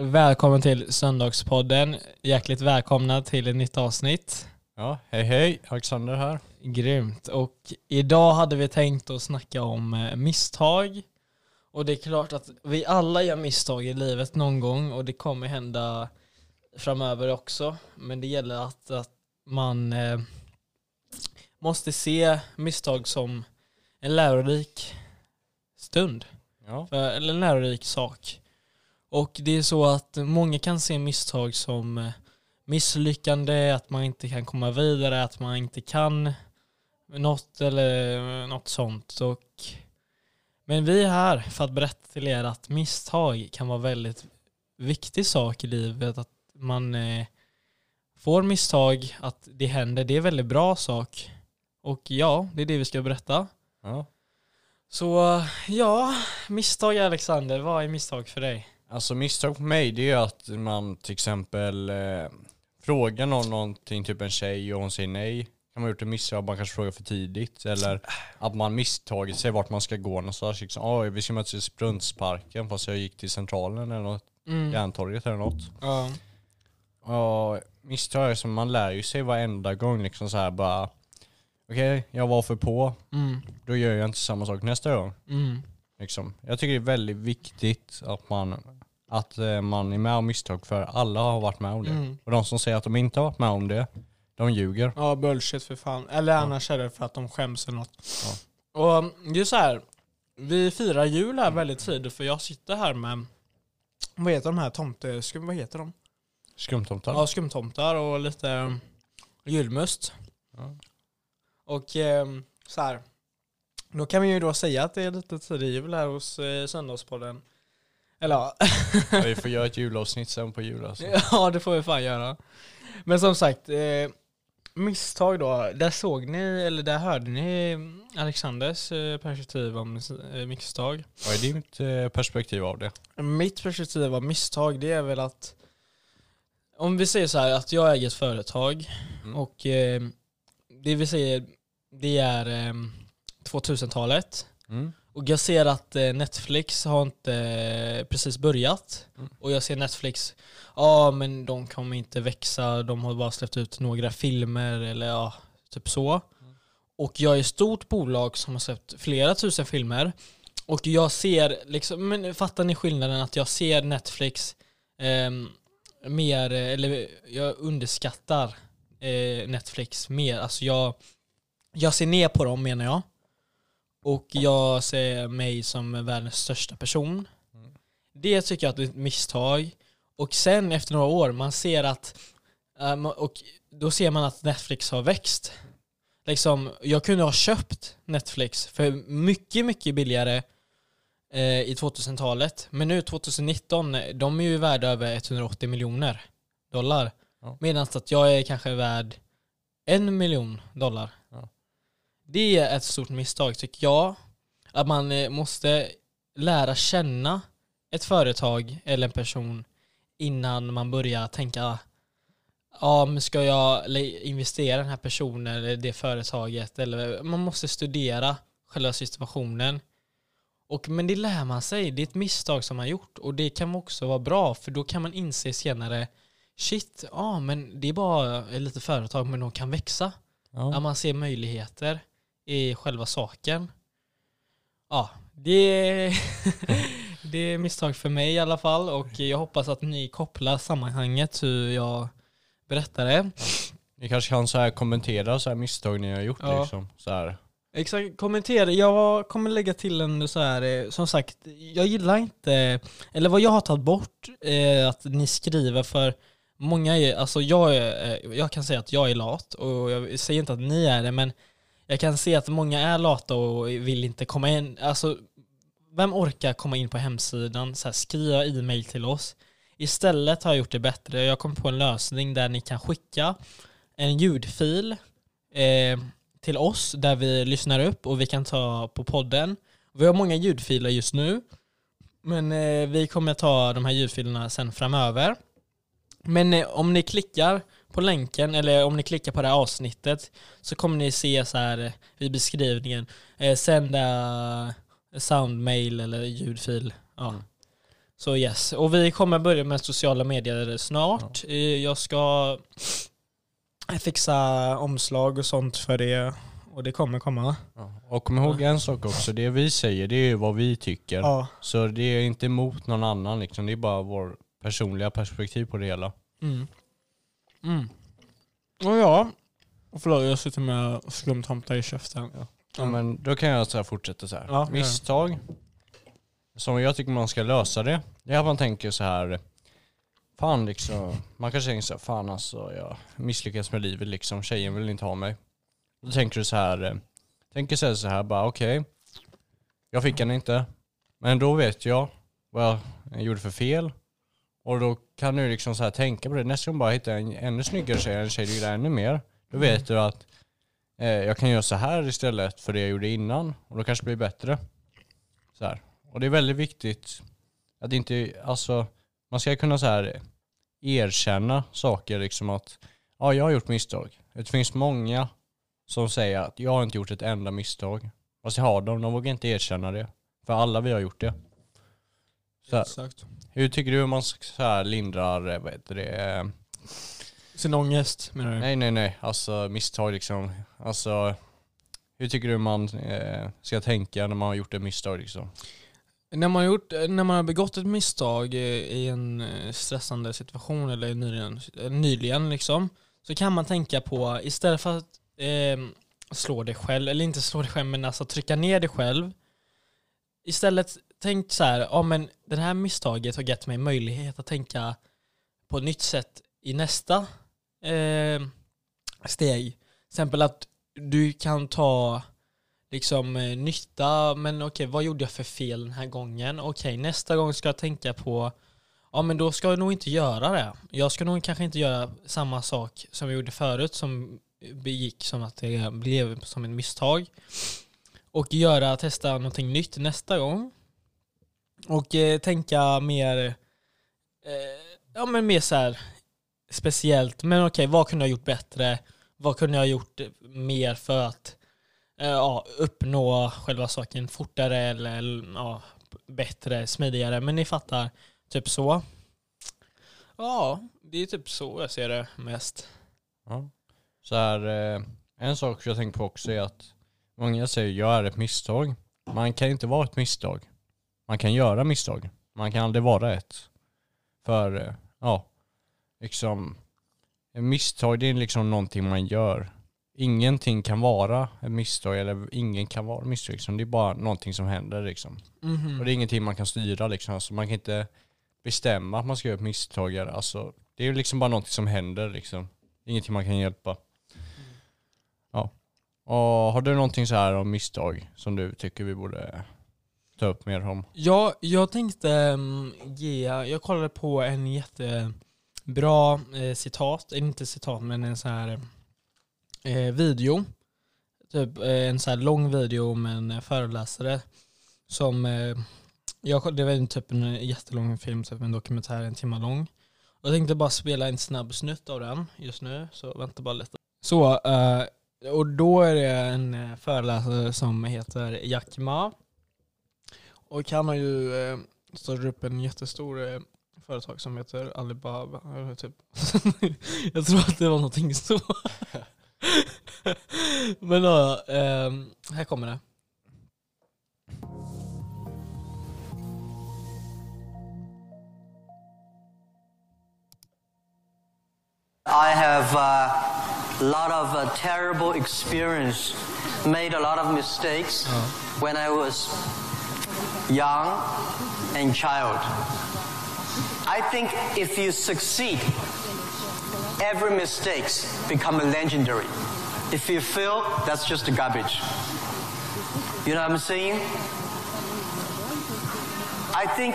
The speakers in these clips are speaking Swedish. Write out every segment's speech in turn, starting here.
välkommen till Söndagspodden. Hjärtligt välkomna till ett nytt avsnitt. Ja, hej, Alexander här. Grymt. Och idag hade vi tänkt att snacka om misstag. Och det är klart att vi alla gör misstag i livet någon gång. Och det kommer hända framöver också. Men det gäller att man måste se misstag som en lärorik stund. Ja. Eller en lärorik sak. Och det är så att många kan se misstag som misslyckande, att man inte kan komma vidare, att man inte kan något eller något sånt. Men vi är här för att berätta till er att misstag kan vara väldigt viktig sak i livet. Att man får misstag, att det händer, det är en väldigt bra sak. Och ja, det är det vi ska berätta. Ja. Så ja, misstag Alexander, vad är misstag för dig? Alltså misstag för mig, det är att man till exempel frågar någonting, typ en tjej, och hon säger nej. Kan man ha gjort en misstag, man kanske frågar för tidigt. Eller att man misstagit sig vart man ska gå någonstans. Liksom, vi ska mötas i Brunnsparken fast jag gick till Centralen eller något. Järntorget eller något. Ja. Och misstag är som man lär ju sig varenda gång. Liksom så här bara, okej, jag var för på. Då gör jag inte samma sak nästa gång. Liksom. Jag tycker det är väldigt viktigt att man är med om misstag, för alla har varit med om det. Och de som säger att de inte har varit med om det, de ljuger. Ja, bullshit för fan. Eller annars är det för att de skäms eller något. Ja. Och det är så här, vi firar jul här väldigt tidigt, för jag sitter här med, vad heter de här vad heter de? Skumtomtar? Ja, skumtomtar och lite julmust. Ja. Och så här, då kan vi ju då säga att det är lite tidig jul här hos Söndagspodden. Eller ja. Vi får göra ett julavsnitt sen på jul alltså. Ja, det får vi fan göra. Men som sagt, misstag då. Där hörde ni Alexanders perspektiv om misstag. Vad är ditt perspektiv av det? Mitt perspektiv av misstag, det är väl att om vi säger så här att jag äger ett företag och det vi säger, det är 2000-talet. Och jag ser att Netflix har inte precis börjat. Och jag ser Netflix, men de kommer inte växa. De har bara släppt ut några filmer eller typ så. Och jag är ett stort bolag som har släppt flera tusen filmer. Och jag ser liksom, men fattar ni skillnaden att jag ser Netflix mer, eller jag underskattar Netflix mer. Alltså jag ser ner på dem, menar jag. Och jag ser mig som världens största person. Det tycker jag att det är ett misstag. Och sen efter några år, man ser att och då ser man att Netflix har växt. Liksom, jag kunde ha köpt Netflix för mycket, mycket billigare i 2000-talet. Men nu 2019, de är ju värda över 180 miljoner dollar. Ja. Medan att jag är kanske värd $1 miljon. Ja. Det är ett stort misstag, tycker jag. Att man måste lära känna ett företag eller en person innan man börjar tänka, men ska jag investera i den här personen eller det företaget? Eller man måste studera själva situationen. Men det lär man sig. Det är ett misstag som man gjort. Och det kan också vara bra, för då kan man inse senare, shit, men det är bara ett litet företag, men de kan växa. Ja. Att man ser möjligheter i själva saken. Ja, det är misstag för mig i alla fall. Och jag hoppas att ni kopplar sammanhanget hur jag berättar det. Ni kanske kan så här kommentera så här misstag ni har gjort liksom, så här. Exakt, kommentera. Jag kommer lägga till en så här, som sagt, jag gillar inte, eller vad jag har tagit bort att ni skriver, för många är, alltså jag kan säga att jag är lat, och jag säger inte att ni är det, men jag kan se att många är lata och vill inte komma in. Alltså, vem orkar komma in på hemsidan, så här, skriva e-mail till oss? Istället har jag gjort det bättre. Jag kom på en lösning där ni kan skicka en ljudfil till oss där vi lyssnar upp och vi kan ta på podden. Vi har många ljudfiler just nu, men vi kommer ta de här ljudfilerna sen framöver. Men om ni klickar på länken, eller om ni klickar på det här avsnittet, så kommer ni se så här i beskrivningen, sända soundmail eller ljudfil. Ja. Så yes, och vi kommer börja med sociala medier snart. Jag ska fixa omslag och sånt för det. Och det kommer komma. Ja. Och kom ihåg en sak också. Det vi säger, det är vad vi tycker. Ja. Så det är inte emot någon annan. Liksom. Det är bara vår personliga perspektiv på det hela. Och ja. Och förlåt, jag sitter med skumtomtar i käften. Ja, men då kan jag så här fortsätta så här. Ja, misstag. Som jag tycker man ska lösa det. Det är att man tänker så här. Fan liksom. Man kanske tänker så här. Fan alltså, jag misslyckas med livet liksom. Tjejen vill inte ha mig. Då tänker du så här. Tänker så här bara okej. Jag fick henne inte. Men då vet jag vad jag gjorde för fel. Och då kan du liksom så här tänka på det. Nästa gång bara hitta en ännu snyggare tjej. En tjej du gillar ännu mer. Då vet du att jag kan göra så här istället för det jag gjorde innan. Och då kanske det blir bättre. Så här. Och det är väldigt viktigt att inte, alltså man ska kunna så här erkänna saker liksom att ja, jag har gjort misstag. Det finns många som säger att jag har inte gjort ett enda misstag. Fast jag har de vågar inte erkänna det. För alla vi har gjort det. Så här. Exakt. Hur tycker du man så här lindrar, vad heter det? Sin ångest, menar du? Nej. Alltså misstag liksom. Alltså, hur tycker du man ska tänka när man har gjort ett misstag liksom? När man har begått ett misstag i en stressande situation eller nyligen liksom, så kan man tänka på, istället för att slå dig själv, eller inte slå dig själv men alltså trycka ner dig själv, istället tänk så här, ja men det här misstaget har gett mig möjlighet att tänka på ett nytt sätt i nästa steg. Till exempel att du kan ta liksom nytta, men okej, vad gjorde jag för fel den här gången? Okej, nästa gång ska jag tänka på, ja men då ska jag nog inte göra det. Jag ska nog kanske inte göra samma sak som jag gjorde förut som begick som att det blev som ett misstag. Och testa någonting nytt nästa gång. Och tänka mer ja men mer så här speciellt, men okej, vad kunde jag gjort bättre? Vad kunde jag gjort mer för att uppnå själva saken fortare eller bättre, smidigare, men ni fattar, typ så. Ja, det är typ så jag ser det mest. Ja. Så här, en sak jag tänker på också är att många säger jag är ett misstag. Man kan inte vara ett misstag. Man kan göra misstag. Man kan aldrig vara ett. För liksom ett misstag, det är liksom någonting man gör. Ingenting kan vara ett misstag, eller ingen kan vara ett misstag liksom. Det är bara någonting som händer liksom. Och det är ingenting man kan styra liksom. Alltså, man kan inte bestämma att man ska göra ett misstag. Alltså, det är liksom bara någonting som händer liksom. Ingenting man kan hjälpa. Ja. Och har du någonting så här om misstag som du tycker vi borde ta upp mer om? Ja, jag tänkte jag kollade på en jättebra citat, inte citat men en så här video. Typ en så här lång video med en föreläsare som det var typ en jättelång film, typ en dokumentär, 1 timme lång. Jag tänkte bara spela en snabb snutt av den just nu, så vänta bara lite. Så, och då är det en föreläsare som heter Jack Ma. Och han har ju startat upp en jättestor företag som heter Alibaba. Typ. Jag tror att det var någonting så. Men här kommer det. I have a lot of terrible experience, made a lot of mistakes when I was young and child. I think if you succeed, every mistakes become legendary. If you fail, that's just a garbage. You know what I'm saying? I think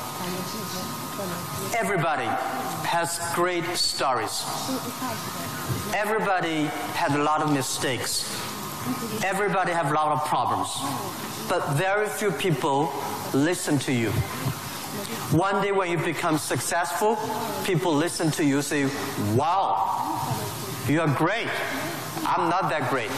everybody has great stories. Everybody had a lot of mistakes. Everybody have a lot of problems. But very few people listen to you. One day when you become successful, people listen to you and say, wow, you are great. I'm not that great.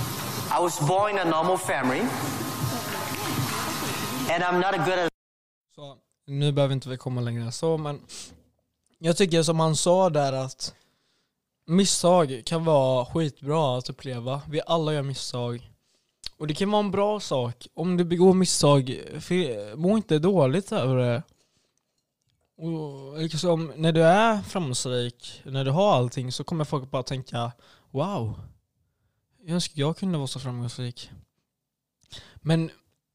I was born in a normal family, and I'm not good at... Så, nu behöver inte vi komma längre så, men jag tycker som han sa där att misstag kan vara skitbra att uppleva. Vi alla gör misstag. Och det kan vara en bra sak. Om du begår misstag, må inte dåligt över det. Och liksom, när du är framgångsrik, när du har allting, så kommer folk bara tänka, wow, jag önskar jag kunde vara så framgångsrik. Men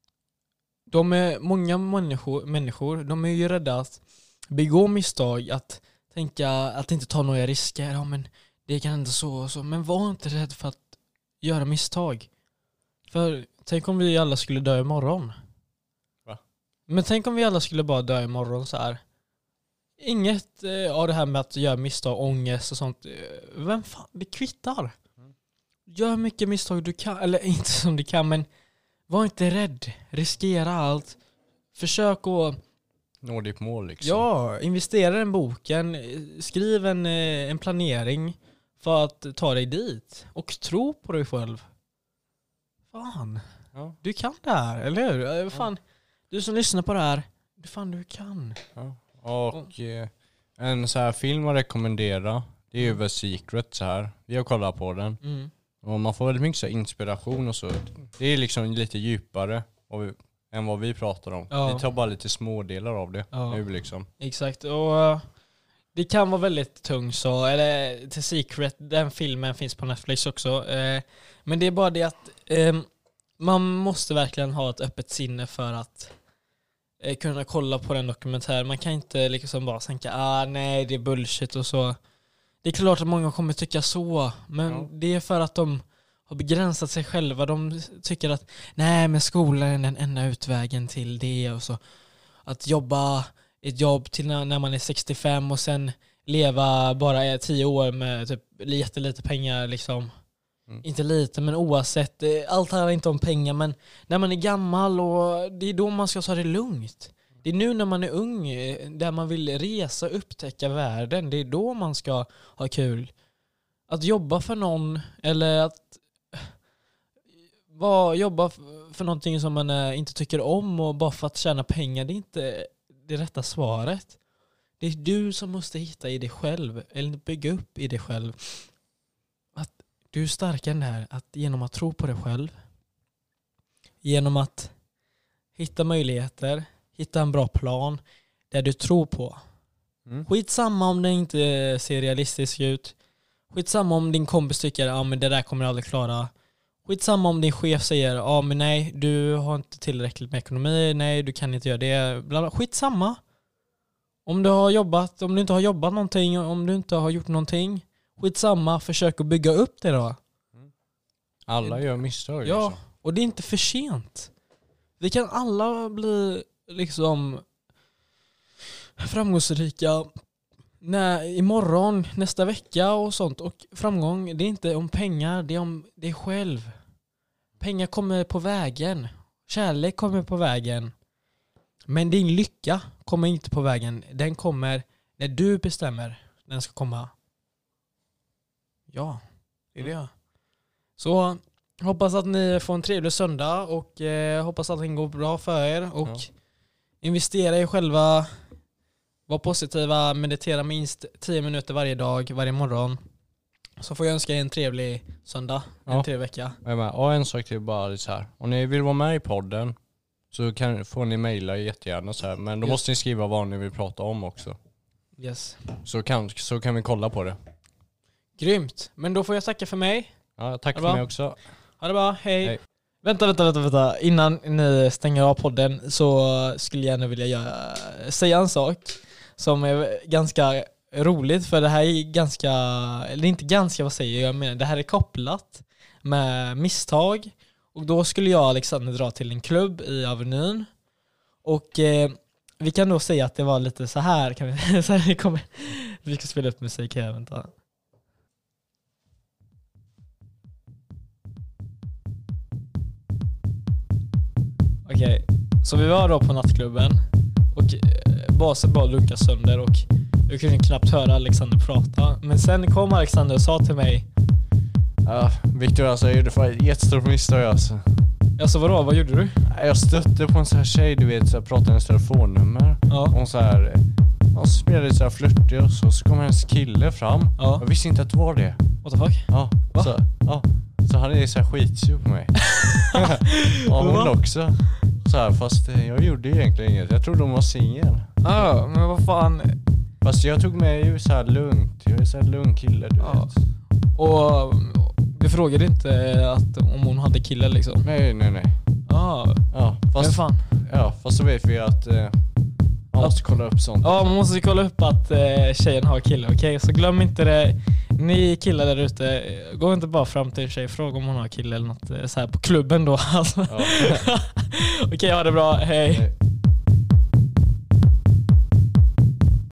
många människor, de är ju rädda att begå misstag, att tänka att inte ta några risker. Ja, men det kan inte så och så. Men var inte rädd för att göra misstag. För tänk om vi alla skulle dö imorgon. Va? Men tänk om vi alla skulle bara dö imorgon så här. Inget av det här med att göra misstag, ångest och sånt. Vem fan, det kvittar. Gör mycket misstag du kan, eller inte som du kan, men var inte rädd. Riskera allt. Försök att nå ditt mål liksom. Ja, investera i den boken. Skriv en planering för att ta dig dit. Och tro på dig själv. Fan. Ja. Du kan det här, eller hur? Fan. Du som lyssnar på det här. Du kan. Ja. Och en så här film att rekommendera, det är ju The Secret så här. Vi har kollat på den. Och man får väldigt mycket så här inspiration och så. Det är liksom lite djupare än vad vi pratar om. Vi tar bara lite små delar av det nu liksom. Exakt. Och det kan vara väldigt tung så. Eller The Secret, den filmen finns på Netflix också. Men det är bara det att man måste verkligen ha ett öppet sinne för att kunna kolla på den dokumentären. Man kan inte liksom bara tänka nej, det är bullshit och så. Det är klart att många kommer tycka så, men det är för att de har begränsat sig själva. De tycker att nej, men skolan är den enda utvägen till det och så. Att jobba ett jobb till när man är 65 och sen leva bara 10 år med typ jättelite pengar liksom. Inte lite, men oavsett. Allt handlar inte om pengar, men när man är gammal och det är då man ska ta det lugnt. Det är nu när man är ung, där man vill resa, upptäcka världen. Det är då man ska ha kul. Att jobba för någon eller att jobba för någonting som man inte tycker om och bara för att tjäna pengar, det är inte det rätta svaret. Det är du som måste hitta i dig själv, eller bygga upp i dig själv. Att du är starkare än det här, att genom att tro på dig själv, genom att hitta möjligheter, hitta en bra plan där du tror på. Skitsamma om det inte ser realistiskt ut. Skitsamma om din kompis tycker men det där kommer jag aldrig klara. Skitsamma om din chef säger men nej, du har inte tillräckligt med ekonomi, nej, du kan inte göra det. Bla. Skitsamma. Om du inte har jobbat någonting, om du inte har gjort någonting, skitsamma, försök att bygga upp det då. Alla gör misstag. Ja, liksom. Och det är inte för sent. Vi kan alla bli liksom framgångsrika imorgon, nästa vecka och sånt. Och framgång, det är inte om pengar, det är om dig själv. Pengar kommer på vägen. Kärlek kommer på vägen. Men din lycka kommer inte på vägen. Den kommer när du bestämmer den ska komma. Ja, det är det. Så hoppas att ni får en trevlig söndag och hoppas att allting går bra för er. Och investera i själva. Var positiva, meditera minst 10 minuter varje dag, varje morgon. Så får jag önska er en trevlig söndag, en trevlig vecka. Och en sak till bara så här. Om ni vill vara med i podden så får ni mejla jättegärna så här. Men då måste ni skriva vad ni vill prata om också. Yes. Så kan vi kolla på det. Grymt. Men då får jag tacka för mig. Ja, tack för mig också. Ha det bra, hej. Vänta. Innan ni stänger av podden så skulle jag gärna vilja säga en sak som är ganska roligt, för det här är ganska, eller inte ganska, vad säger jag, menar det här är kopplat med misstag. Och då skulle jag och Alexander dra till en klubb i Avenyn. Och vi kan då säga att det var lite så här, kan vi, så här vi ska spela upp musik här, vänta. Okej, så vi var då på nattklubben och basen bara lunkade sönder och jag kunde knappt höra Alexander prata. Men sen kom Alexander och sa till mig: Victor, alltså, det var ett jättestort misstag alltså. Alltså vadå, vad gjorde du? Jag stötte på en sån här tjej, du vet, så här, pratade hennes telefonnummer. Ja. Och hon så här, hon spelade så här flörtig och så kom hennes kille fram. Ja. Jag visste inte att det var det. What the fuck? Ja, Va? så han är så här skitsur på mig. Ja, hon också. Så här, fast jag gjorde egentligen inget. Jag trodde hon var singel. Ja, men vad fan. Fast jag tog med ju så här lugnt. Jag är så här lugn kille, du vet. Och du frågade inte att om hon hade kille liksom? Nej. Ja, Fast, men fan. Ja, fast så vet vi att man måste kolla upp sånt. Ja, man måste kolla upp att tjejen har kille, okej? Så glöm inte det. Ni killar där ute, gå inte bara fram till en tjej, fråga om hon har kille eller något så här på klubben då. Alltså. Ja. Okej, ha det bra, hej.